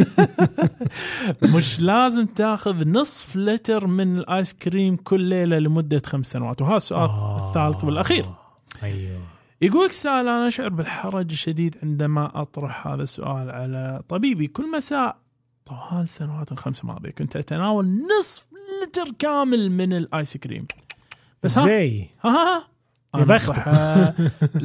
A: مش لازم تأخذ نصف لتر من الآيس كريم كل ليلة لمدة خمس سنوات. وهذا السؤال آه الثالث والأخير.
B: أيوه.
A: يقولك سؤال: أنا أشعر بالحرج الشديد عندما أطرح هذا السؤال على طبيبي. كل مساء طوال سنوات الخمس الماضية كنت أتناول نصف لتر كامل من الآيس كريم. بس
B: ازاي؟
A: ها ها
B: ها
A: بصحة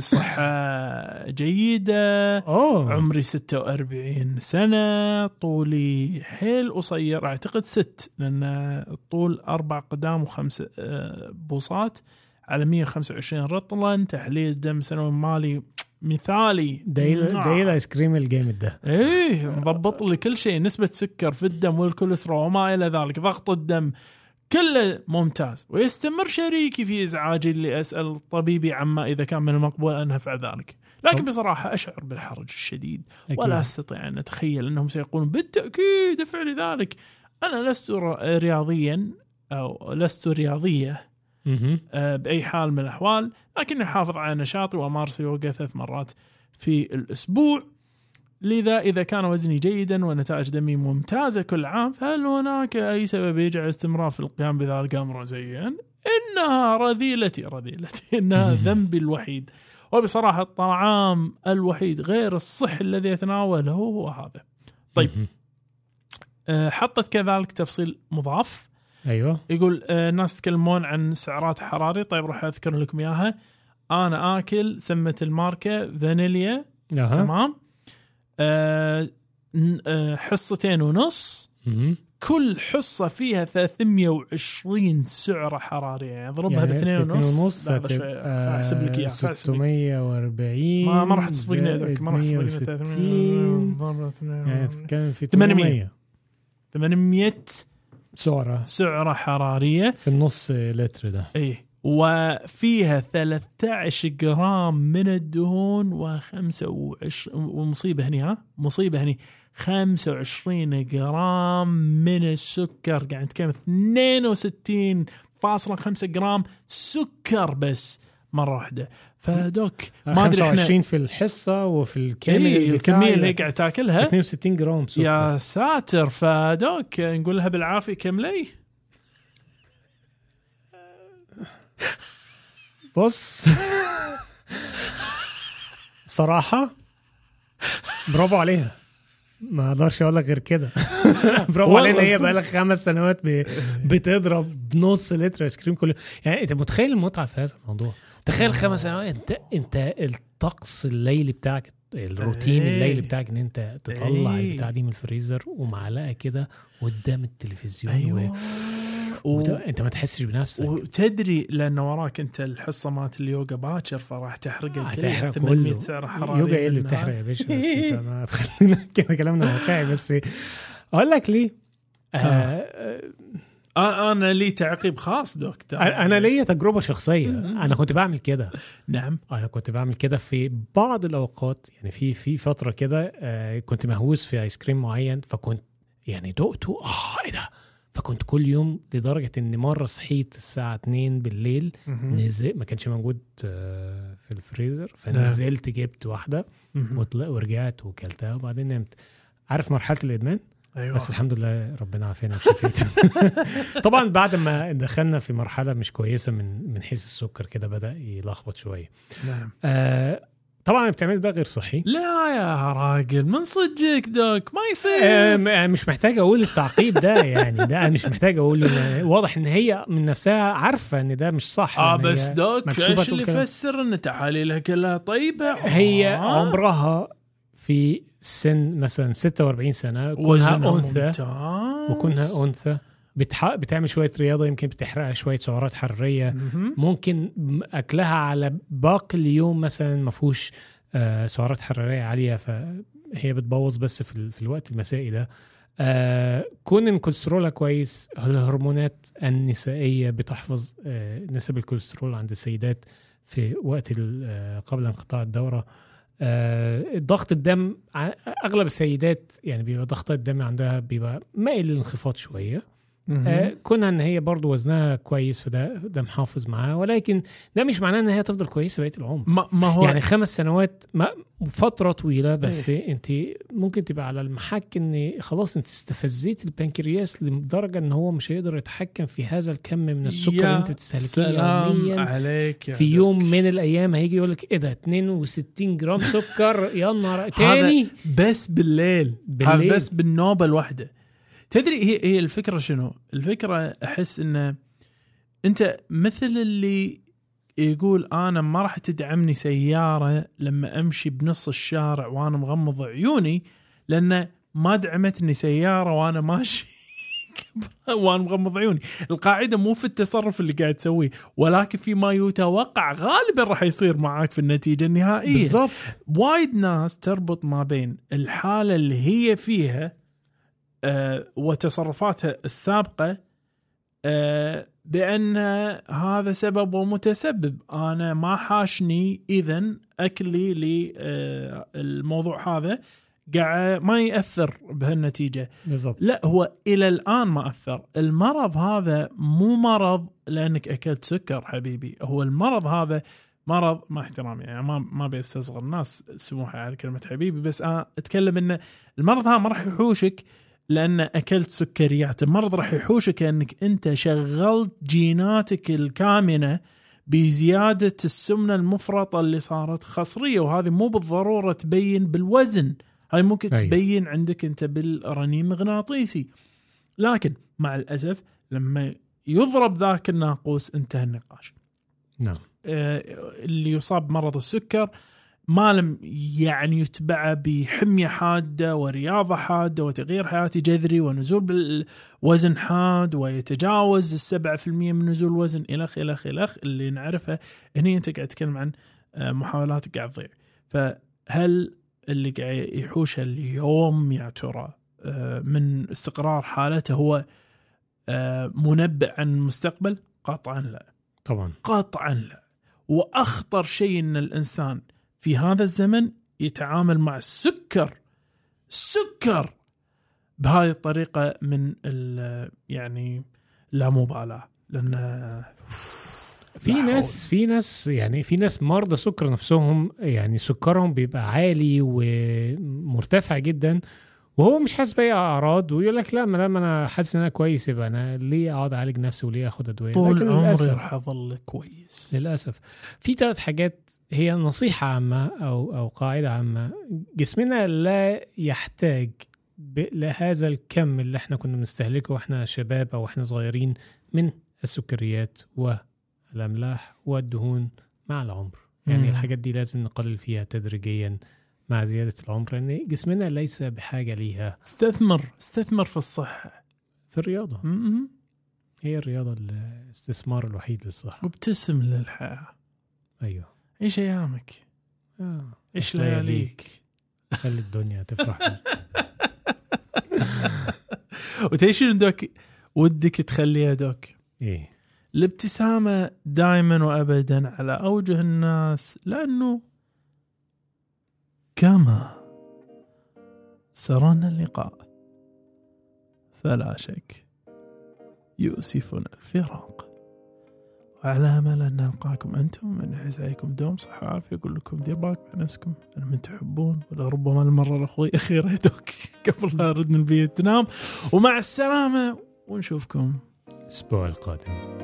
A: بصحة جيدة.
B: أوه.
A: عمري ستة وأربعين سنة، طولي حيل قصير، أعتقد ست، لأن الطول أربع قدام وخمس بوصات على مية وخمسة وعشرين رطلا. تحليل دم سنوي مالي مثالي.
B: دايل دايل ايس كريم الجامد ده.
A: ايه مضبط لي كل شيء، نسبة سكر في الدم والكوليسترول وما إلى ذلك، ضغط الدم كله ممتاز. ويستمر شريكي في إزعاجي اللي أسأل طبيبي عما إذا كان من المقبول أن أفعل ذلك، لكن بصراحة أشعر بالحرج الشديد أكيد. ولا أستطيع أن أتخيل أنهم سيقولون بالتأكيد افعل ذلك. أنا لست رياضيا أو لست رياضية بأي حال من الأحوال، لكني أحافظ على نشاطي وأمارس اليوغا ثلاث مرات في الأسبوع. لذا إذا كان وزني جيدا ونتائج دمي ممتازة كل عام، فهل هناك أي سبب يجعل استمرار في القيام بذلك أمر زين؟ إنها رذيلتي رذيلتي إنها ذنبي الوحيد، وبصراحة الطعام الوحيد غير الصحي الذي أتناوله هو هذا. طيب حطت كذلك تفصيل مضاف.
B: أيوة.
A: يقول الناس يتكلمون عن سعرات حرارية. طيب راح أذكر لكم إياها. أنا آكل سمة الماركة فانيليا.
B: أه.
A: تمام. أه حصتين ونص.
B: م-
A: كل حصة فيها ثلاثمية وعشرين سعرة حرارية، يعني ضربها
B: يعني
A: باثنين ونص.
B: هذا
A: أحسب لك إياه.
B: ستمية وأربعين.
A: ما ما راح تصدقني هذاك. ما راح تصدقني. ثلاثمية
B: يعني تتكلم في ثمانمية.
A: ثمانمية
B: سعرة
A: سعرة حرارية
B: في النص لتر ده.
A: إيه. وفيها ثلاثة عشر جرام من الدهون وخمسة وعشرين، ومصيبة هني ها مصيبة هني خمسة وعشرين جرام من السكر. قاعد نتكلم اثنين وستين فاصلة خمسة جرام سكر بس مره واحده. فدوك ما ادري
B: خمسة وعشرين في الحصه وفي الكامل
A: إيه الكميه اللي قاعد تاكلها
B: اثنين وستين جرام سكر.
A: يا ساتر. فدوك نقول لها بالعافيه كملي.
B: بص صراحه برافو عليها، ما اقدرش اقول لك غير كده. برافو علينا، هي بقى لك خمس سنوات بتضرب نص لتر ايس كريم كل. يعني انت متخيل المتعه في هذا الموضوع؟ تخيل خمس سنوات انت انت الطقس الليلي بتاعك، الروتين
A: ايه.
B: الليلي بتاعك ان انت تطلع
A: ايه.
B: البتاع دي من الفريزر ومعلقه كده قدام التلفزيون.
A: أيوة.
B: و... و... انت ما تحسش بنفسك
A: وتدري لان وراك انت الحصه مات اليوجا باكر فراح تحرقه
B: كله
A: ثمانمية سعر حراري.
B: يوجا ايه اللي بتحرق يا باشا؟ بس انت ما تخلينا كده كلامنا واقعي. بس اقول لك ليه. آه.
A: آه انا لي تعقيب خاص دكتور.
B: انا ليا تجربه شخصيه. انا كنت بعمل كده.
A: نعم
B: انا كنت بعمل كده في بعض الاوقات. يعني في في فتره كده آه كنت مهووس في ايس كريم معين، فكنت يعني دقته اه ايه ده. فكنت كل يوم لدرجه ان مره صحيت الساعه اتنين بالليل، نزل ما كانش موجود آه في الفريزر، فنزلت جبت واحده ورجعت وكلتها وبعدين نمت. عارف مرحله الادمان؟
A: أيوة.
B: بس الحمد لله ربنا عافينا وشفيت. طبعا بعد ما دخلنا في مرحله مش كويسه من من حيث السكر كده بدا يلخبط شويه.
A: نعم.
B: آه طبعا بتعمل ده غير صحي.
A: لا يا راجل من صدقك دوك ما يصير.
B: آه مش محتاج اقول التعقيب ده. يعني ده انا مش محتاج اقول. واضح ان هي من نفسها عارفه ان ده مش صح.
A: اه بس دوك ايش اللي يفسر ان تحاليلها كلها طيبه؟
B: هي
A: آه.
B: عمرها في سن مثلا ستة وأربعين سنه، كونها انثى وكونها انثى بتح... بتعمل شويه رياضه، يمكن بتحرق شويه سعرات حراريه. ممكن اكلها على باقي اليوم مثلا ما فيهوش آه سعرات حراريه عاليه، فهي بتبوظ بس في, ال... في الوقت المسائي ده. آه كون ان كوليسترولها كويس، الهرمونات النسائيه بتحفظ آه نسب الكوليسترول عند السيدات في وقت آه قبل انقطاع الدوره. آه ضغط الدم اغلب السيدات يعني بيبقى ضغط الدم عندها بيبقى مائل للانخفاض شويه. آه كونها ان هي برضو وزنها كويس فده ده محافظ معاها، ولكن ده مش معناه ان هي تفضل كويسه بقيه العمر.
A: ما, ما هو
B: يعني خمس سنوات ما فتره طويله، بس إيه؟ انت ممكن تبقى على المحك ان خلاص انت استفزيت البنكرياس لدرجه ان هو مش هيقدر يتحكم في هذا الكم من السكر اللي انت بتستهلكيه يوميا.
A: عليك
B: في يوم من الايام هيجي يقول لك ايه ده اتنين وستين جرام سكر يا نهار تاني
A: بس بالليل, بالليل. هذا بس بالنوبه الواحده. تدري هي هي الفكرة شنو؟ الفكرة أحس إنه أنت مثل اللي يقول أنا ما راح تدعمني سيارة لما أمشي بنص الشارع وأنا مغمض عيوني، لأن ما دعمتني سيارة وأنا ماشي وأنا مغمض عيوني. القاعدة مو في التصرف اللي قاعد تسويه، ولكن في ما يتوقع غالبا راح يصير معاك في النتيجة النهائية.
B: بالضبط.
A: وايد ناس تربط ما بين الحالة اللي هي فيها أه وتصرفاتها السابقة أه بأن هذا سبب ومتسبب. أنا ما حاشني إذن أكلي للموضوع هذا قاعد ما يأثر بهالنتيجة.
B: بالضبط.
A: لا هو إلى الآن ما أثر. المرض هذا مو مرض لأنك أكلت سكر حبيبي، هو المرض هذا مرض ما احترامي يعني ما ما بيستصغر الناس سموحة على كلمة حبيبي، بس أنا أتكلم إن المرض هذا ما راح يحوشك لأن أكلت سكريات. المرض راح يحوشك أنك أنت شغلت جيناتك الكامنة بزيادة السمنة المفرطة اللي صارت خصرية، وهذه مو بالضرورة تبين بالوزن، هاي ممكن أي. تبين عندك أنت بالرنين مغناطيسي. لكن مع الأسف لما يضرب ذاك الناقوس انتهى النقاش.
B: نعم.
A: آه اللي يصاب بمرض السكر ما لم يعني يتبع بحمية حادة ورياضة حادة وتغيير حياتي جذري ونزول بالوزن حاد ويتجاوز السبعة في المية من نزول الوزن إلخ إلخ إلخ اللي نعرفه. هنا أنت قاعد تتكلم عن محاولاتك قاعد تضيع. فهل اللي قاعد يحوشها اليوم يا ترى من استقرار حالته هو منبئ عن المستقبل؟ قطعا لا.
B: طبعا
A: قطعا لا. وأخطر شيء أن الإنسان في هذا الزمن يتعامل مع السكر السكر بهذه الطريقة من يعني لا مبالاة، لأن
B: في ناس في ناس يعني في ناس مرضى سكر نفسهم يعني سكرهم بيبقى عالي ومرتفع جدا وهو مش حاسس باي اعراض ويقول لك لا ما دام انا حاسس ان انا كويس يبقى انا ليه اقعد اعالج نفسي وليه اخد ادويه
A: طول عمري راح اظل كويس.
B: للاسف في ثلاث حاجات هي نصيحه عامه او او قاعده عامه. جسمنا لا يحتاج لهذا الكم اللي احنا كنا بنستهلكه واحنا شباب او احنا صغيرين من السكريات والاملاح والدهون مع العمر. يعني مم. الحاجات دي لازم نقلل فيها تدريجيا مع زيادة العمر لأن جسمنا ليس بحاجة ليها.
A: استثمر استثمر في الصحة
B: في الرياضة.
A: م-م.
B: هي الرياضة الاستثمار الوحيد للصحة.
A: وابتسم للحياة.
B: أيوه.
A: إيش أيامك؟
B: آه.
A: إيش لياليك؟
B: خلي الدنيا تفرح فيك.
A: وتيش دوك ودك تخليها دوك
B: إيه؟
A: الابتسامة دائما وأبدا على أوجه الناس لأنه كما سرنا اللقاء فلا شك يؤسفنا الفراق وعلى أمل أن نلقاكم أنتم من يعز عليكم دوم صحة وعافية. أقول لكم دير بالك مع نفسكم أنا من تحبون ولا ربما المرة الأخيرة يدوك قبل لا أرد من البيت تنام ومع السلامة ونشوفكم
B: الأسبوع القادم.